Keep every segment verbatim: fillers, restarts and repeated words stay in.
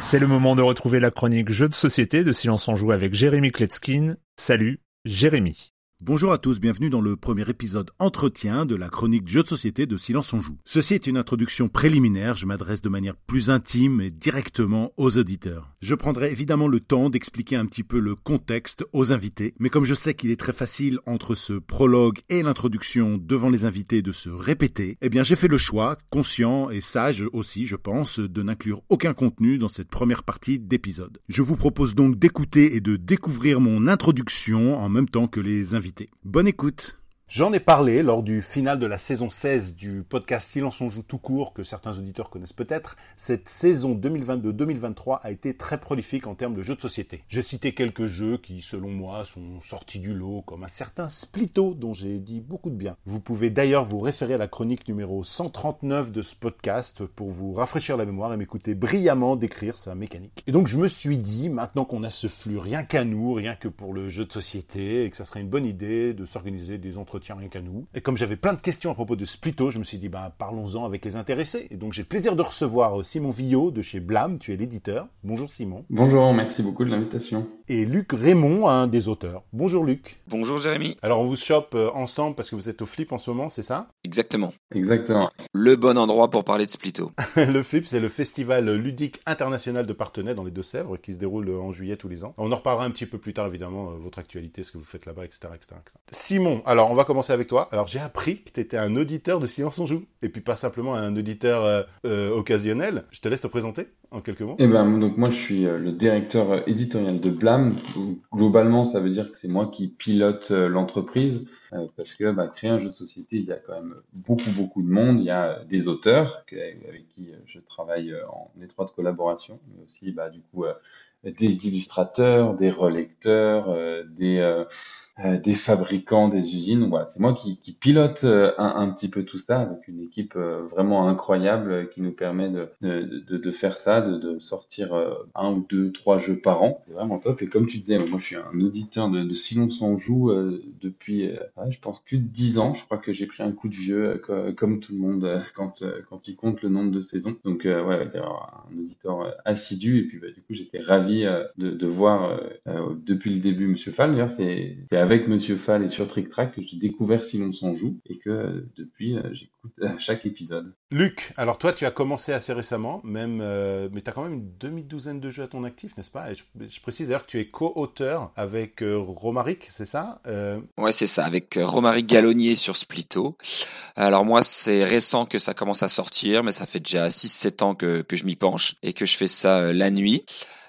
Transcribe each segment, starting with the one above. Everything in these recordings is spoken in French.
C'est le moment de retrouver la chronique Jeux de société de Silence on Joue avec Jérémy Kletzkin. Salut, Jérémy. Bonjour à tous, bienvenue dans le premier épisode entretien de la chronique Jeux de société de Silence on Joue. Ceci est une introduction préliminaire, je m'adresse de manière plus intime et directement aux auditeurs. Je prendrai évidemment le temps d'expliquer un petit peu le contexte aux invités, mais comme je sais qu'il est très facile entre ce prologue et l'introduction devant les invités de se répéter, eh bien j'ai fait le choix, conscient et sage aussi je pense, de n'inclure aucun contenu dans cette première partie d'épisode. Je vous propose donc d'écouter et de découvrir mon introduction en même temps que les invités. Bonne écoute. J'en ai parlé lors du final de la saison seize du podcast Silence on Joue tout court, que certains auditeurs connaissent peut-être. Cette saison deux mille vingt-deux deux mille vingt-trois a été très prolifique en termes de jeux de société. J'ai cité quelques jeux qui, selon moi, sont sortis du lot, comme un certain Splito, dont j'ai dit beaucoup de bien. Vous pouvez d'ailleurs vous référer à la chronique numéro cent trente-neuf de ce podcast pour vous rafraîchir la mémoire et m'écouter brillamment décrire sa mécanique. Et donc je me suis dit, maintenant qu'on a ce flux rien qu'à nous, rien que pour le jeu de société, et que ça serait une bonne idée de s'organiser des entretiens rien qu'à nous. Et comme j'avais plein de questions à propos de Splito, je me suis dit, ben, parlons-en avec les intéressés. Et donc, j'ai le plaisir de recevoir Simon Villot de chez Blam, tu es l'éditeur. Bonjour Simon. Bonjour, merci beaucoup de l'invitation. Et Luc Raymond, un des auteurs. Bonjour Luc. Bonjour Jérémy. Alors, on vous chope ensemble parce que vous êtes au Flip en ce moment, c'est ça? Exactement. Exactement. Le bon endroit pour parler de Splito. Le Flip, c'est le festival ludique international de Parthenay dans les Deux-Sèvres qui se déroule en juillet tous les ans. On en reparlera un petit peu plus tard, évidemment, votre actualité, ce que vous faites là-bas, et cetera, et cetera, et cetera. Simon, alors on va commencer avec toi. Alors j'ai appris que tu étais un auditeur de Silence on Joue, et puis pas simplement un auditeur euh, euh, occasionnel. Je te laisse te présenter en quelques mots. Eh ben, donc moi je suis euh, le directeur euh, éditorial de Blam. Globalement, ça veut dire que c'est moi qui pilote euh, l'entreprise, euh, parce que bah, créer un jeu de société, il y a quand même beaucoup beaucoup de monde. Il y a euh, des auteurs que, avec qui euh, je travaille euh, en étroite collaboration, mais aussi bah, du coup euh, des illustrateurs, des relecteurs, euh, des euh, Euh, des fabricants, des usines. Voilà, c'est moi qui, qui pilote euh, un, un petit peu tout ça avec une équipe euh, vraiment incroyable euh, qui nous permet de, de, de, de faire ça, de, de sortir euh, un ou deux, trois jeux par an. C'est vraiment top. Et comme tu disais, moi je suis un auditeur de, de Silence on Joue euh, depuis, euh, ouais, je pense, plus de dix ans. Je crois que j'ai pris un coup de vieux euh, co- comme tout le monde euh, quand, euh, quand il compte le nombre de saisons. Donc euh, ouais, d'avoir un auditeur euh, assidu. Et puis bah, du coup, j'étais ravi euh, de, de voir euh, euh, depuis le début Monsieur Fall. D'ailleurs, c'est, c'est avec Monsieur Fall et sur Trick Track que j'ai découvert Silence on Joue et que euh, depuis euh, j'écoute euh, chaque épisode. Luc, alors toi tu as commencé assez récemment, même, euh, mais tu as quand même une demi-douzaine de jeux à ton actif, n'est-ce pas? Et je, je précise d'ailleurs que tu es co-auteur avec euh, Romaric, c'est ça? euh... Ouais, c'est ça, avec euh, Romaric Gallonnier sur Splito. Alors moi, c'est récent que ça commence à sortir, mais ça fait déjà six sept ans que, que je m'y penche et que je fais ça euh, la nuit.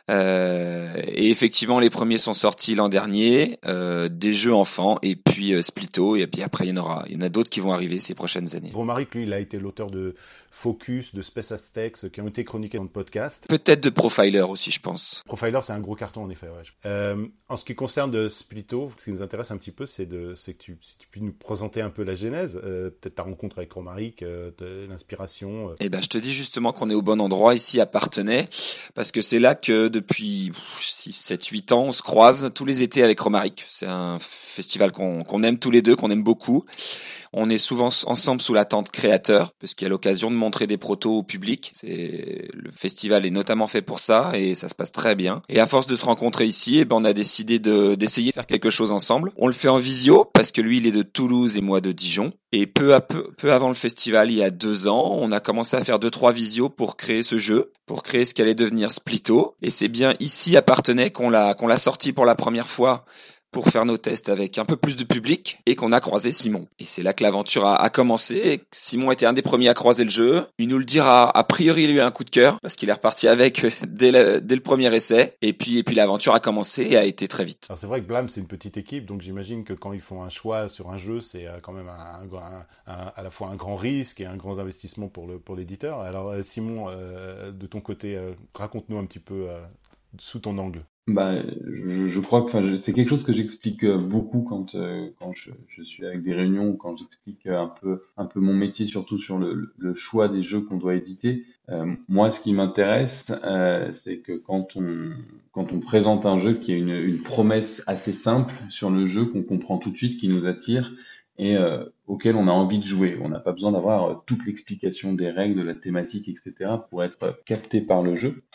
Euh, et effectivement, les premiers sont sortis l'an dernier, euh, des jeux enfants, et puis euh, Splito, et puis après il y en aura, il y en a d'autres qui vont arriver ces prochaines années. Romaric, lui, il a été l'auteur de Focus, de Space Aztecs, qui ont été chroniqués dans le podcast. Peut-être de Profiler aussi, je pense. Profiler, c'est un gros carton en effet. Ouais. Euh, en ce qui concerne de Splito, ce qui nous intéresse un petit peu, c'est, de, c'est que tu, si tu peux nous présenter un peu la genèse, euh, peut-être ta rencontre avec Romaric, euh, l'inspiration. Euh. Eh ben, je te dis justement qu'on est au bon endroit ici à Parthenay, parce que c'est là que depuis six, sept, huit ans, on se croise tous les étés avec Romaric. C'est un festival qu'on, qu'on aime tous les deux, qu'on aime beaucoup. On est souvent ensemble sous la tente créateur, parce qu'il y a l'occasion de montrer des protos au public. C'est, le festival est notamment fait pour ça, et ça se passe très bien. Et à force de se rencontrer ici, eh ben, on a décidé de, d'essayer de faire quelque chose ensemble. On le fait en visio, parce que lui, il est de Toulouse et moi de Dijon. Et peu à peu, peu avant le festival, il y a deux ans, on a commencé à faire deux, trois visios pour créer ce jeu, pour créer ce qu'allait devenir Splito. Et c'est bien ici à Parthenay qu'on l'a, qu'on l'a sorti pour la première fois, pour faire nos tests avec un peu plus de public, et qu'on a croisé Simon. Et c'est là que l'aventure a, a commencé. Et Simon était un des premiers à croiser le jeu. Il nous le dira, a priori, il a eu un coup de cœur, parce qu'il est reparti avec dès le, dès le premier essai. Et puis, et puis l'aventure a commencé et a été très vite. Alors c'est vrai que Blam, c'est une petite équipe, donc j'imagine que quand ils font un choix sur un jeu, c'est quand même un, un, un, un, à la fois un grand risque et un grand investissement pour, le, pour l'éditeur. Alors Simon, euh, de ton côté, euh, raconte-nous un petit peu euh, sous ton angle. Bah, je, je crois que enfin, je- c'est quelque chose que j'explique euh, beaucoup quand, euh, quand je, je suis avec des réunions, quand j'explique euh, un peu, un peu mon métier, surtout sur le, le choix des jeux qu'on doit éditer. Euh, moi, ce qui m'intéresse, euh, c'est que quand on, quand on présente un jeu qui a une, une promesse assez simple sur le jeu, qu'on comprend tout de suite, qui nous attire et euh, auquel on a envie de jouer. On n'a pas besoin d'avoir euh, toute l'explication des règles, de la thématique, et cetera pour être euh, capté par le jeu.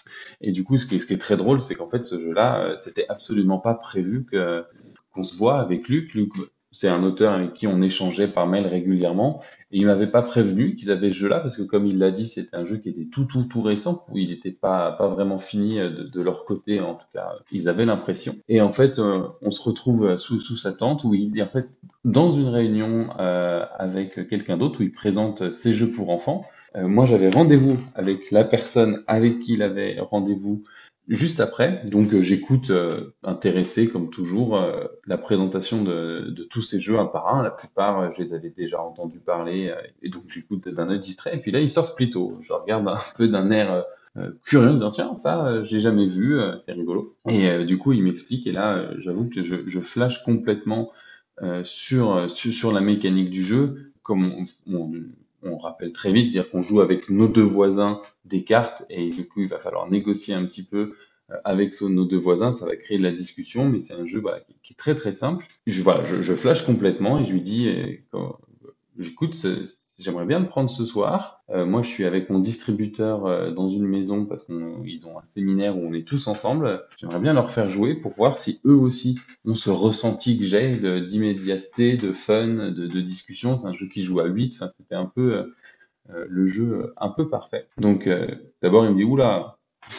Et du coup, ce qui est, ce qui est très drôle, c'est qu'en fait, ce jeu-là, euh, c'était absolument pas prévu que qu'on se voit avec Luc. Luc, c'est un auteur avec qui on échangeait par mail régulièrement, et il m'avait pas prévenu qu'ils avaient ce jeu-là, parce que comme il l'a dit, c'était un jeu qui était tout, tout, tout récent, où il n'était pas, pas vraiment fini de, de leur côté, en tout cas, ils avaient l'impression. Et en fait, euh, on se retrouve sous, sous sa tente, où il est en fait dans une réunion euh, avec quelqu'un d'autre, où il présente ses jeux pour enfants. Euh, moi, j'avais rendez-vous avec la personne avec qui il avait rendez-vous juste après. Donc, euh, j'écoute euh, intéressé, comme toujours, euh, la présentation de, de tous ces jeux un par un. La plupart, euh, je les avais déjà entendus parler, euh, et donc j'écoute d'un œil distrait. Et puis là, il sort Splitto. Je regarde un peu d'un air euh, curieux, en disant tiens, ça, euh, j'ai jamais vu, euh, c'est rigolo. Et euh, du coup, il m'explique. Et là, euh, j'avoue que je, je flash complètement euh, sur, sur sur la mécanique du jeu, comme on, on on rappelle très vite, dire qu'on joue avec nos deux voisins des cartes, et du coup il va falloir négocier un petit peu euh, avec so- nos deux voisins, ça va créer de la discussion, mais c'est un jeu voilà, qui, qui est très très simple. Je, voilà, je, je flash complètement et je lui dis, eh, quand- j'écoute, ce- j'aimerais bien le prendre ce soir. Euh, moi je suis avec mon distributeur euh, dans une maison parce qu'ils ont un séminaire où on est tous ensemble. J'aimerais bien leur faire jouer pour voir si eux aussi ont ce ressenti que j'ai de- d'immédiateté, de fun, de, de discussion. C'est un jeu qui joue à huit, enfin, c'était un peu euh, euh, le jeu euh, un peu parfait. Donc euh, d'abord il me dit oula,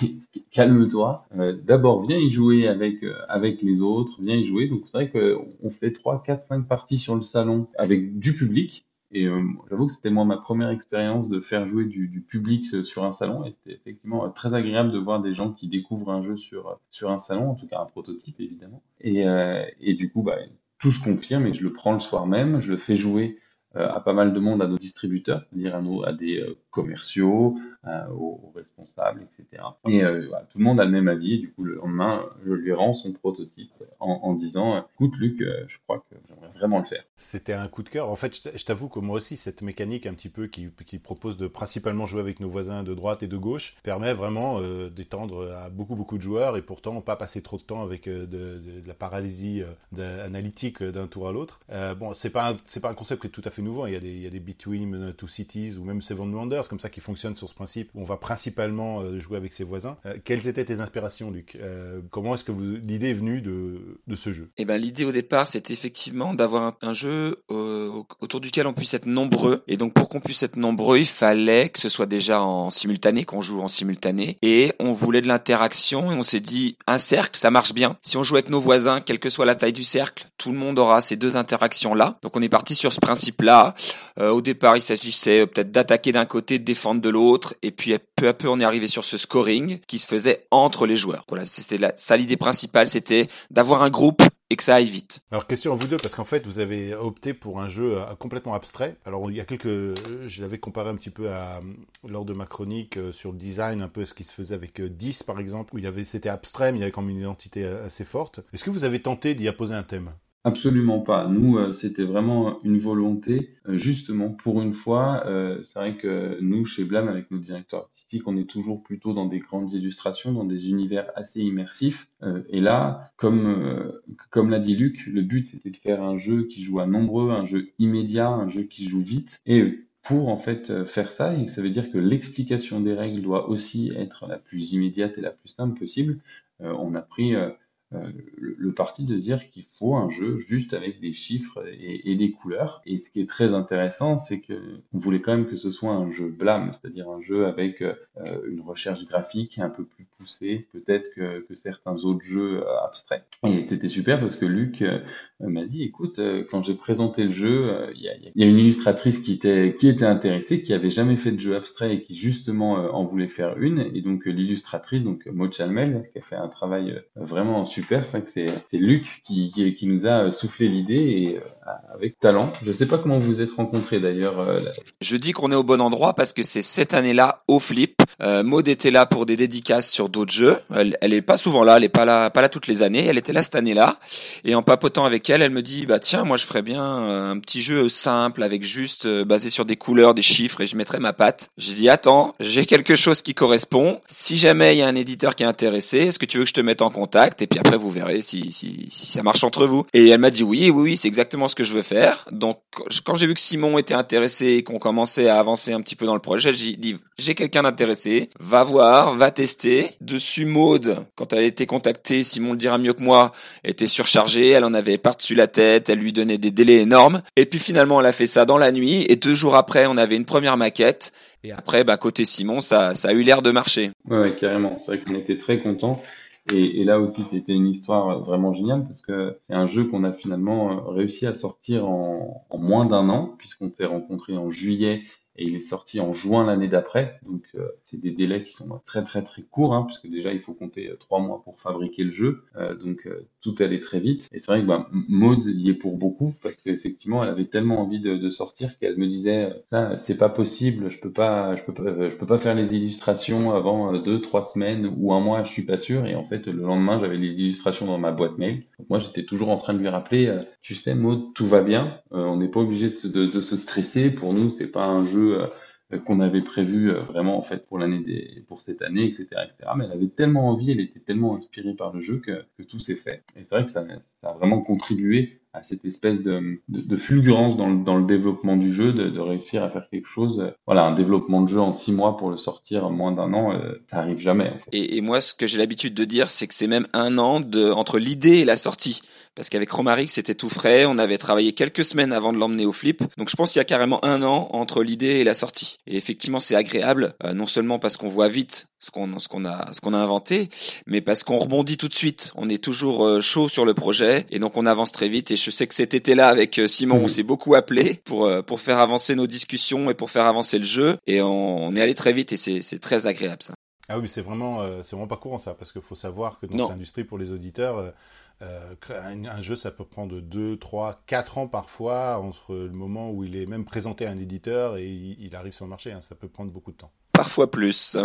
calme-toi. Euh, d'abord viens y jouer avec euh, avec les autres, viens y jouer. Donc c'est vrai que on fait trois, quatre, cinq parties sur le salon avec du public. Et euh, j'avoue que c'était moi ma première expérience de faire jouer du, du public euh, sur un salon, et c'était effectivement euh, très agréable de voir des gens qui découvrent un jeu sur euh, sur un salon, en tout cas un prototype évidemment. Et euh, et du coup bah tout se confirme, et je le prends le soir même, je le fais jouer euh, à pas mal de monde, à nos distributeurs, c'est-à-dire à, nos, à des euh, commerciaux, euh, aux, aux responsables, et cetera. Et euh, voilà, tout le monde a le même avis, et du coup, le lendemain, je lui rends son prototype en, en disant « Écoute, Luc, euh, je crois que j'aimerais vraiment le faire. » C'était un coup de cœur. En fait, je t'a- je t'avoue que moi aussi, cette mécanique un petit peu qui, qui propose de principalement jouer avec nos voisins de droite et de gauche permet vraiment euh, d'étendre à beaucoup, beaucoup de joueurs, et pourtant pas passer trop de temps avec euh, de, de, de la paralysie euh, de- analytique euh, d'un tour à l'autre. Euh, bon, c'est pas un, c'est pas un concept qui est tout à fait nouveau. Il y a des, il y a des Between Two Cities ou même Seven Wonders comme ça qui fonctionnent sur ce principe où on va principalement euh, jouer avec ses voisins. Euh, quelles étaient tes inspirations, Luc? euh, Comment est-ce que vous, l'idée est venue de, de ce jeu? Eh ben, l'idée au départ, c'était effectivement d'avoir un, un jeu euh, autour duquel on puisse être nombreux. Et donc, pour qu'on puisse être nombreux, il fallait que ce soit déjà en simultané, qu'on joue en simultané. Et on voulait de l'interaction, et on s'est dit, un cercle, ça marche bien. Si on joue avec nos voisins, quelle que soit la taille du cercle, tout le monde aura ces deux interactions-là. Donc, on est parti sur ce principe-là. Euh, au départ, il s'agissait peut-être d'attaquer d'un côté, de défendre de l'autre. Et puis, peu à peu, on est arrivé sur ce scoring qui se faisait entre les joueurs. Voilà, c'était la, ça l'idée principale, c'était d'avoir un groupe et que ça aille vite. Alors, question à vous deux, parce qu'en fait, vous avez opté pour un jeu euh, complètement abstrait. Alors, il y a quelques... euh, je l'avais comparé un petit peu à, lors de ma chronique euh, sur le design, un peu ce qui se faisait avec euh, dix, par exemple, où il y avait, c'était abstrait, mais il y avait quand même une identité euh, assez forte. Est-ce que vous avez tenté d'y apposer un thème? Absolument pas. Nous, euh, c'était vraiment une volonté, euh, justement, pour une fois. Euh, c'est vrai que nous, chez Blam, avec nos directeurs artistiques, on est toujours plutôt dans des grandes illustrations, dans des univers assez immersifs. Euh, et là, comme euh, comme l'a dit Luc, le but c'était de faire un jeu qui joue à nombreux, un jeu immédiat, un jeu qui joue vite. Et pour en fait euh, faire ça, et ça veut dire que l'explication des règles doit aussi être la plus immédiate et la plus simple possible. Euh, on a pris euh, euh, le, le parti de se dire qu'il faut un jeu juste avec des chiffres et, et des couleurs. Et ce qui est très intéressant, c'est que on voulait quand même que ce soit un jeu blâme, c'est-à-dire un jeu avec euh, une recherche graphique un peu plus poussée, peut-être que, que certains autres jeux euh, abstraits. Et c'était super parce que Luc euh, m'a dit, écoute, euh, quand j'ai présenté le jeu, il euh, y, y a une illustratrice qui était qui était intéressée, qui avait jamais fait de jeu abstrait et qui justement euh, en voulait faire une. Et donc euh, l'illustratrice, donc Maud Chalmel, qui a fait un travail euh, vraiment super. Enfin, que c'est, c'est Luc qui, qui, qui nous a soufflé l'idée, et euh, avec talent. Je sais pas comment vous vous êtes rencontrés d'ailleurs. Euh, là. Je dis qu'on est au bon endroit parce que c'est cette année-là au Flip. Euh, Maud était là pour des dédicaces sur d'autres jeux. Elle, elle est pas souvent là, elle est pas là, pas là toutes les années. Elle était là cette année-là. Et en papotant avec elle, elle me dit, bah tiens, moi je ferais bien un petit jeu simple avec juste euh, basé sur des couleurs, des chiffres, et je mettrais ma patte. J'ai dit, attends, j'ai quelque chose qui correspond. Si jamais il y a un éditeur qui est intéressé, est-ce que tu veux que je te mette en contact? Et puis après vous verrez si, si, si ça marche entre vous. Et elle m'a dit oui, oui, oui, c'est exactement ce que je veux faire. Donc quand j'ai vu que Simon était intéressé et qu'on commençait à avancer un petit peu dans le projet, j'ai dit j'ai quelqu'un d'intéressé, va voir, va tester. Dessus Maude, quand elle a été contactée, Simon le dira mieux que moi, était surchargée, elle en avait par-dessus la tête, elle lui donnait des délais énormes. Et puis finalement elle a fait ça dans la nuit et deux jours après on avait une première maquette. Et après, bah, côté Simon, ça, ça a eu l'air de marcher. Ouais, ouais, carrément. C'est vrai qu'on était très contents. Et, et là aussi, c'était une histoire vraiment géniale parce que c'est un jeu qu'on a finalement réussi à sortir en, en moins d'un an, puisqu'on s'est rencontrés en juillet et il est sorti en juin l'année d'après. Donc, euh, c'est des délais qui sont très très très courts, hein, puisque déjà il faut compter euh, trois mois pour fabriquer le jeu. Euh, donc, euh, tout allait très vite. Et c'est vrai que bah, Maude y est pour beaucoup parce qu'effectivement, elle avait tellement envie de, de sortir qu'elle me disait ça, c'est pas possible, je peux pas, je peux pas, je peux pas faire les illustrations avant euh, deux, trois semaines ou un mois, je suis pas sûr. Et en fait, le lendemain, j'avais les illustrations dans ma boîte mail. Donc, moi, j'étais toujours en train de lui rappeler, euh, tu sais, Maude, tout va bien. Euh, on n'est pas obligé de, de, de se stresser. Pour nous, c'est pas un jeu euh, qu'on avait prévu euh, vraiment en fait pour l'année des, pour cette année, et cetera, et cetera. Mais elle avait tellement envie, elle était tellement inspirée par le jeu que, que tout s'est fait. Et c'est vrai que ça, ça a vraiment contribué à cette espèce de, de, de fulgurance dans le, dans le développement du jeu, de, de réussir à faire quelque chose. Euh, voilà, un développement de jeu en six mois pour le sortir en moins d'un an, euh, ça arrive jamais. En fait. Et, et moi, ce que j'ai l'habitude de dire, c'est que c'est même un an de, entre l'idée et la sortie. Parce qu'avec Romaric, c'était tout frais. On avait travaillé quelques semaines avant de l'emmener au flip. Donc, je pense qu'il y a carrément un an entre l'idée et la sortie. Et effectivement, c'est agréable, euh, non seulement parce qu'on voit vite ce qu'on, ce qu'on a, ce qu'on a inventé, mais parce qu'on rebondit tout de suite. On est toujours euh, chaud sur le projet. Et donc, on avance très vite. Et je sais que cet été-là, avec euh, Simon, mmh. on s'est beaucoup appelé pour, euh, pour faire avancer nos discussions et pour faire avancer le jeu. Et on, on est allé très vite et c'est, c'est très agréable, ça. Ah oui, mais c'est vraiment, euh, c'est vraiment pas courant, ça. Parce qu'il faut savoir que dans non. cette industrie, pour les auditeurs, euh, Euh, un, un jeu, ça peut prendre deux, trois, quatre ans parfois entre le moment où il est même présenté à un éditeur et il, il arrive sur le marché. Hein. Ça peut prendre beaucoup de temps. Parfois plus.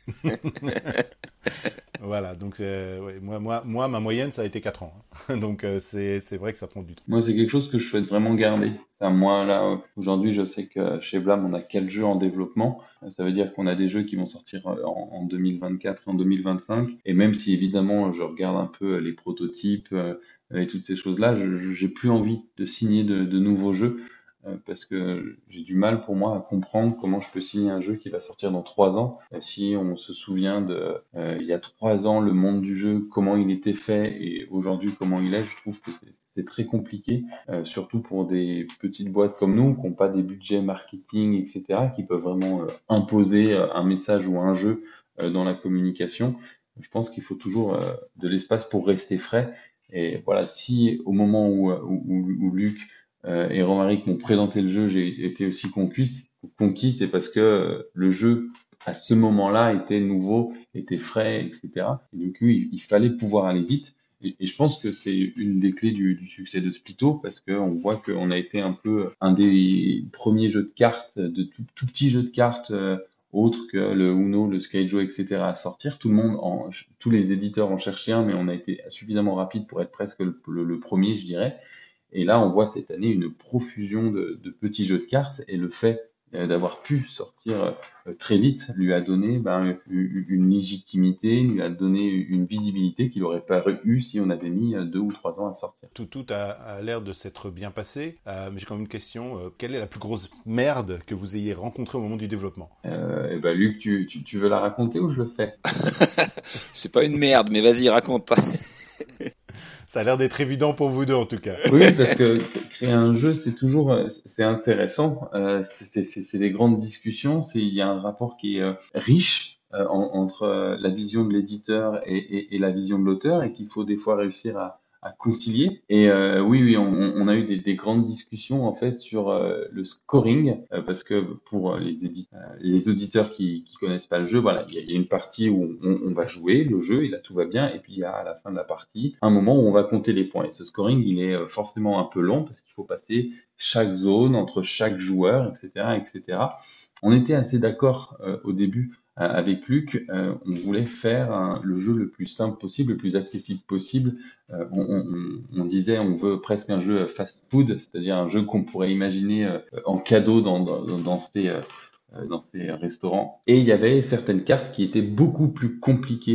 Voilà, donc c'est, ouais, moi, moi, moi, ma moyenne, ça a été quatre ans. Hein. Donc euh, c'est, c'est vrai que ça prend du temps. Moi, c'est quelque chose que je souhaite vraiment garder. Ça, moi, là, aujourd'hui, je sais que chez Blam, on a quatre jeux en développement. Ça veut dire qu'on a des jeux qui vont sortir en, en deux mille vingt-quatre et en deux mille vingt-cinq. Et même si, évidemment, je regarde un peu les prototypes euh, et toutes ces choses-là, je, j'ai plus envie de signer de, de nouveaux jeux. Parce que j'ai du mal pour moi à comprendre comment je peux signer un jeu qui va sortir dans trois ans. Si on se souvient de euh, il y a trois ans le monde du jeu, comment il était fait et aujourd'hui comment il est, je trouve que c'est, c'est très compliqué, euh, surtout pour des petites boîtes comme nous qui n'ont pas des budgets marketing, et cetera, qui peuvent vraiment euh, imposer un message ou un jeu euh, dans la communication. Je pense qu'il faut toujours euh, de l'espace pour rester frais. Et voilà, si au moment où, où, où, où Luc Euh, et Romaric m'ont présenté le jeu, j'ai été aussi conquis, conquis, c'est parce que euh, le jeu, à ce moment-là, était nouveau, était frais, et cetera. Et du coup, il, il fallait pouvoir aller vite. Et, et je pense que c'est une des clés du, du succès de Splitto, parce qu'on voit qu'on a été un peu un des premiers jeux de cartes, de tout, tout petits jeux de cartes, euh, autres que le Uno, le Skyjo, et cetera, à sortir. Tout le monde, en, tous les éditeurs en cherchaient un, mais on a été suffisamment rapide pour être presque le, le, le premier, je dirais. Et là, on voit cette année une profusion de, de petits jeux de cartes et le fait euh, d'avoir pu sortir euh, très vite lui a donné ben, une, une légitimité, lui a donné une visibilité qu'il n'aurait pas eu si on avait mis deux ou trois ans à sortir. Tout, tout a, a l'air de s'être bien passé, euh, mais j'ai quand même une question. Euh, quelle est la plus grosse merde que vous ayez rencontrée au moment du développement ? euh, et ben, Luc, tu, tu, tu veux la raconter ou je le fais ? C'est pas une merde, mais vas-y, raconte. Ça a l'air d'être évident pour vous deux, en tout cas. Oui, parce que créer un jeu, c'est toujours, c'est intéressant. Euh, c'est, c'est, c'est des grandes discussions. C'est, il y a un rapport qui est euh, riche euh, en, entre euh, la vision de l'éditeur et, et, et la vision de l'auteur, et qu'il faut des fois réussir à, à concilier. Et euh, oui, oui, on, on a eu des, des grandes discussions en fait sur euh, le scoring, euh, parce que pour les, édit- euh, les auditeurs qui, qui connaissent pas le jeu, voilà, il y, a, il y a une partie où on, on va jouer le jeu et là tout va bien, et puis il y a à la fin de la partie un moment où on va compter les points. Et ce scoring, il est forcément un peu long parce qu'il faut passer chaque zone entre chaque joueur, et cetera, et cetera. On était assez d'accord euh, au début avec Luc, euh, on voulait faire un, le jeu le plus simple possible, le plus accessible possible. Euh, on, on, on disait on veut presque un jeu fast-food, c'est-à-dire un jeu qu'on pourrait imaginer euh, en cadeau dans, dans, dans ces, euh, dans ces restaurants. Et il y avait certaines cartes qui étaient beaucoup plus compliquées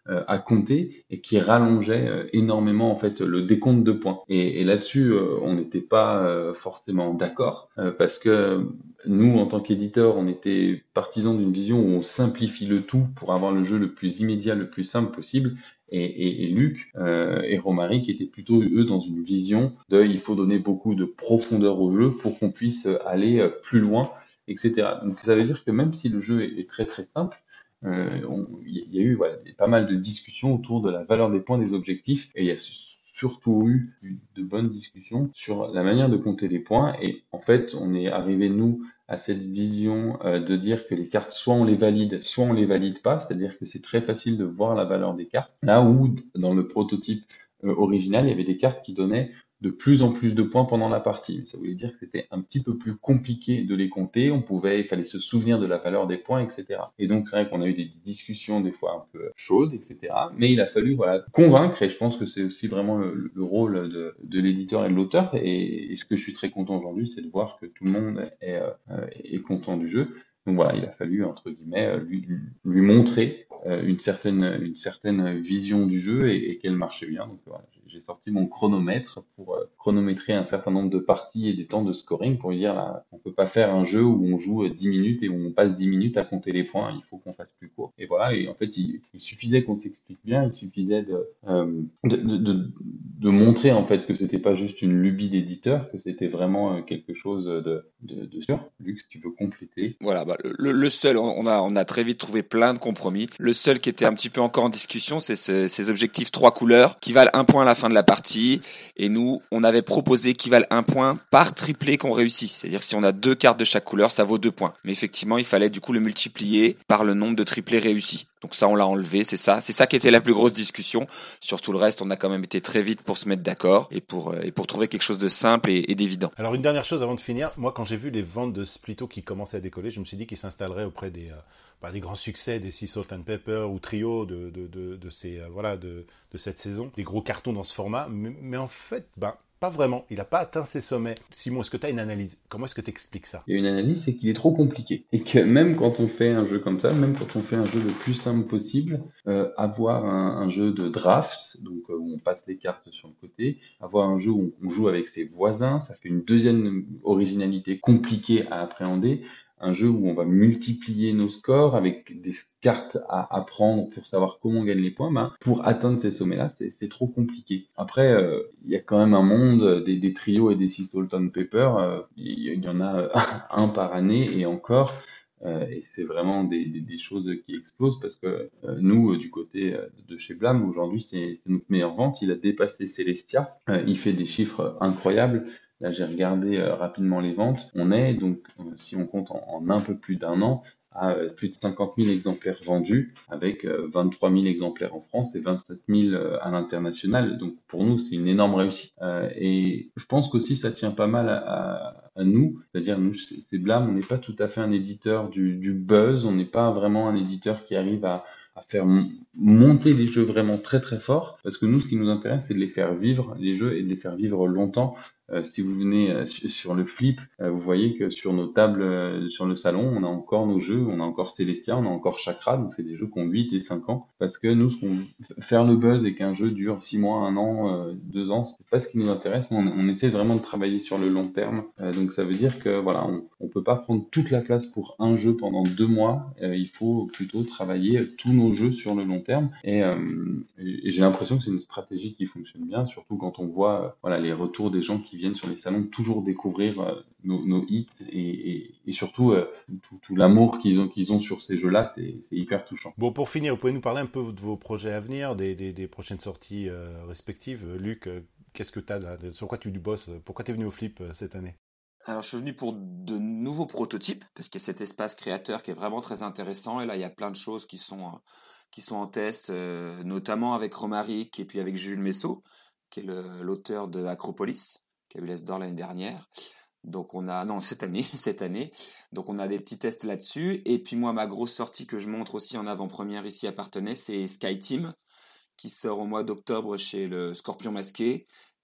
euh, à compter et qui rallongeait euh, énormément en fait le décompte de points. Et, et là-dessus, euh, on n'était pas euh, forcément d'accord euh, parce que nous, en tant qu'éditeurs, on était partisans d'une vision où on simplifie le tout pour avoir le jeu le plus immédiat, le plus simple possible. Et, et, et Luc euh, et Romaric étaient plutôt, eux, dans une vision de il faut donner beaucoup de profondeur au jeu pour qu'on puisse aller euh, plus loin, et cetera. Donc ça veut dire que même si le jeu est, est très très simple, euh, on- il y a eu voilà, pas mal de discussions autour de la valeur des points des objectifs et il y a surtout eu de bonnes discussions sur la manière de compter les points. Et en fait, on est arrivé, nous, à cette vision euh, de dire que les cartes, soit on les valide, soit on les valide pas, c'est-à-dire que c'est très facile de voir la valeur des cartes. Là où, dans le prototype euh, original, il y avait des cartes qui donnaient de plus en plus de points pendant la partie. Ça voulait dire que c'était un petit peu plus compliqué de les compter. On pouvait, il fallait se souvenir de la valeur des points, et cetera. Et donc, c'est vrai qu'on a eu des discussions des fois un peu chaudes, et cetera. Mais il a fallu, voilà, convaincre, et je pense que c'est aussi vraiment le, le rôle de, de l'éditeur et de l'auteur. Et, et ce que je suis très content aujourd'hui, c'est de voir que tout le monde est, euh, est content du jeu. Donc voilà, il a fallu, entre guillemets, lui, lui montrer euh, une certaine, une certaine vision du jeu et, et qu'elle marchait bien. Donc voilà, j'ai sorti mon chronomètre pour euh, chronométrer un certain nombre de parties et des temps de scoring pour lui dire là, on peut pas faire un jeu où on joue dix minutes et où on passe dix minutes à compter les points, il faut qu'on fasse plus court. Et voilà, et en fait, il, il suffisait qu'on s'explique bien, il suffisait de, euh, de, de, de, de montrer en fait que c'était pas juste une lubie d'éditeur, que c'était vraiment quelque chose de, de, de sûr. Luc, si tu peux compléter. Voilà, bah, le, le seul, on a, on a très vite trouvé plein de compromis. Le seul qui était un petit peu encore en discussion, c'est ce, ces objectifs trois couleurs qui valent un point à la fin de la partie. Et nous, on avait proposé qu'ils valent un point par triplé qu'on réussit. C'est-à-dire si on a deux cartes de chaque couleur, ça vaut deux points. Mais effectivement, il fallait du coup le multiplier par le nombre de triplés réussis. Donc ça, on l'a enlevé, c'est ça. C'est ça qui était la plus grosse discussion. Sur tout le reste, on a quand même été très vite pour se mettre d'accord et pour, et pour trouver quelque chose de simple et, et d'évident. Alors une dernière chose avant de finir, moi quand j'ai vu les ventes de Splitto qui commençaient à décoller, je me suis dit qu'ils s'installeraient auprès des, euh, bah, des grands succès, des Sea Salt and Pepper ou Trio de, de, de, de, ces, euh, voilà, de, de cette saison, des gros cartons dans ce format, mais, mais en fait, bah, pas vraiment, il n'a pas atteint ses sommets. Simon, est-ce que tu as une analyse? Comment est-ce que tu expliques ça? Il y a une analyse, c'est qu'il est trop compliqué. Et que même quand on fait un jeu comme ça, même quand on fait un jeu le plus simple possible, euh, avoir un, un jeu de draft, donc euh, où on passe les cartes sur le côté, avoir un jeu où on joue avec ses voisins, ça fait une deuxième originalité compliquée à appréhender. Un jeu où on va multiplier nos scores avec des cartes à apprendre pour savoir comment on gagne les points, ben, pour atteindre ces sommets-là, c'est, c'est trop compliqué. Après, euh, il y a quand même un monde des, des trios et des Sea Salt and Pepper, euh, il y, y en a un par année et encore, euh, et c'est vraiment des, des, des choses qui explosent parce que euh, nous, euh, du côté euh, de chez Blam, aujourd'hui, c'est, c'est notre meilleure vente. Il a dépassé Celestia, euh, il fait des chiffres incroyables. Là, j'ai regardé euh, rapidement les ventes. On est donc, euh, si on compte en, en un peu plus d'un an, à euh, plus de cinquante mille exemplaires vendus, avec euh, vingt-trois mille exemplaires en France et vingt-sept mille euh, à l'international. Donc pour nous, c'est une énorme réussite. Euh, et je pense qu'aussi, ça tient pas mal à, à, à nous. C'est-à-dire, nous, c'est, c'est Blam, on n'est pas tout à fait un éditeur du, du buzz, on n'est pas vraiment un éditeur qui arrive à à faire monter des jeux vraiment très très forts, parce que nous, ce qui nous intéresse, c'est de les faire vivre, les jeux, et de les faire vivre longtemps. Euh, si vous venez euh, sur le flip, euh, vous voyez que sur nos tables, euh, sur le salon, on a encore nos jeux, on a encore Celestia, on a encore Chakra, donc c'est des jeux qui ont huit et cinq ans, parce que nous, ce qu'on faire le buzz et qu'un jeu dure six mois, un an, euh, deux ans, c'est pas ce qui nous intéresse. On, on essaie vraiment de travailler sur le long terme, euh, donc ça veut dire que voilà, on, on peut pas prendre toute la place pour un jeu pendant deux mois. Euh, il faut plutôt travailler tous nos jeux sur le long terme, et, euh, et, et j'ai l'impression que c'est une stratégie qui fonctionne bien, surtout quand on voit euh, voilà les retours des gens qui viennent sur les salons toujours découvrir euh, nos, nos hits et, et, et surtout euh, tout, tout l'amour qu'ils ont, qu'ils ont sur ces jeux-là, c'est, c'est hyper touchant. Bon, pour finir, vous pouvez nous parler un peu de vos projets à venir, des, des, des prochaines sorties euh, respectives. Luc, euh, qu'est-ce que tu as là? Sur quoi tu bosses? Pourquoi tu es venu au Flip euh, cette année? Alors, je suis venu pour de nouveaux prototypes, parce qu'il y a cet espace créateur qui est vraiment très intéressant. Et là, il y a plein de choses qui sont, euh, qui sont en test, euh, notamment avec Romaric et puis avec Jules Messot, qui est le, l'auteur de Acropolis, qui a eu l'As d'Or l'année dernière. Donc, on a, non, cette année, cette année. Donc, on a des petits tests là-dessus. Et puis, moi, ma grosse sortie que je montre aussi en avant-première ici à Parthenay, c'est Sky Team, qui sort au mois d'octobre chez le Scorpion Masqué,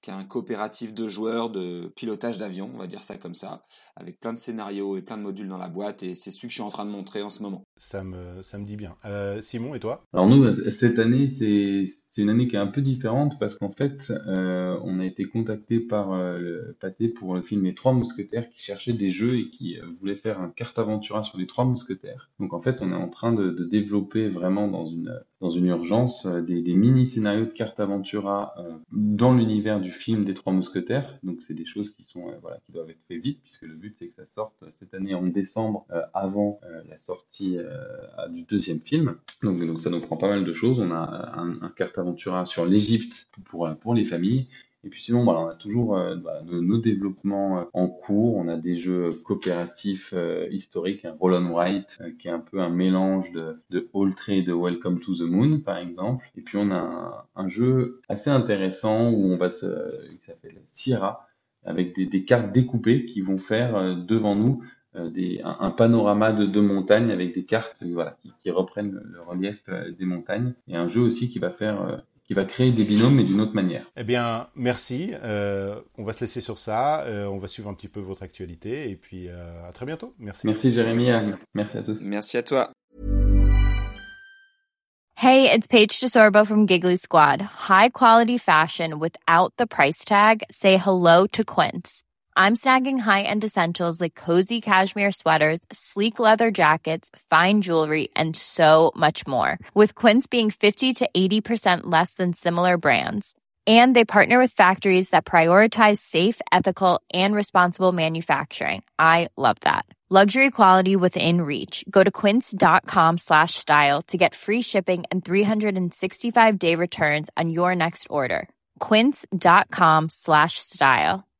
qui est un coopératif de joueurs de pilotage d'avion, on va dire ça comme ça, avec plein de scénarios et plein de modules dans la boîte, et c'est celui que je suis en train de montrer en ce moment. Ça me, ça me dit bien. Euh, Simon, et toi? Alors nous, cette année, c'est c'est une année qui est un peu différente parce qu'en fait, euh, on a été contacté par euh, le Pathé pour le film Les Trois Mousquetaires qui cherchait des jeux et qui euh, voulait faire un carte aventura sur les Trois Mousquetaires. Donc en fait, on est en train de, de développer vraiment dans une dans une urgence euh, des, des mini scénarios de carte aventura euh, dans l'univers du film des Trois Mousquetaires. Donc c'est des choses qui sont euh, voilà qui doivent être faites vite puisque le but c'est que ça sorte cette année en décembre euh, avant euh, la sortie euh, du deuxième film. Donc donc ça nous prend pas mal de choses. On a un, un carte aventura sur l'Égypte pour, pour les familles. Et puis sinon, voilà, on a toujours euh, bah, nos, nos développements euh, en cours. On a des jeux coopératifs euh, historiques, un Roll on Write, euh, qui est un peu un mélange de, de All Trade et de Welcome to the Moon, par exemple. Et puis on a un, un jeu assez intéressant où on va se, qui s'appelle Sierra, avec des, des cartes découpées qui vont faire euh, devant nous euh, des, un, un panorama de, de montagnes avec des cartes euh, voilà, qui, qui reprennent le, le relief euh, des montagnes. Et un jeu aussi qui va faire euh, qui va créer des binômes, mais d'une autre manière. Eh bien, merci. Euh, on va se laisser sur ça. Euh, on va suivre un petit peu votre actualité. Et puis, euh, à très bientôt. Merci. Merci, Jérémy. Merci à tous. Merci à toi. Hey, it's Paige DeSorbo from Giggly Squad. High quality fashion without the price tag. Say hello to Quince. I'm snagging high-end essentials like cozy cashmere sweaters, sleek leather jackets, fine jewelry, and so much more. With Quince being fifty to eighty percent less than similar brands. And they partner with factories that prioritize safe, ethical, and responsible manufacturing. I love that. Luxury quality within reach. Go to quince.com slash style to get free shipping and three sixty-five day returns on your next order. Quince.com slash style.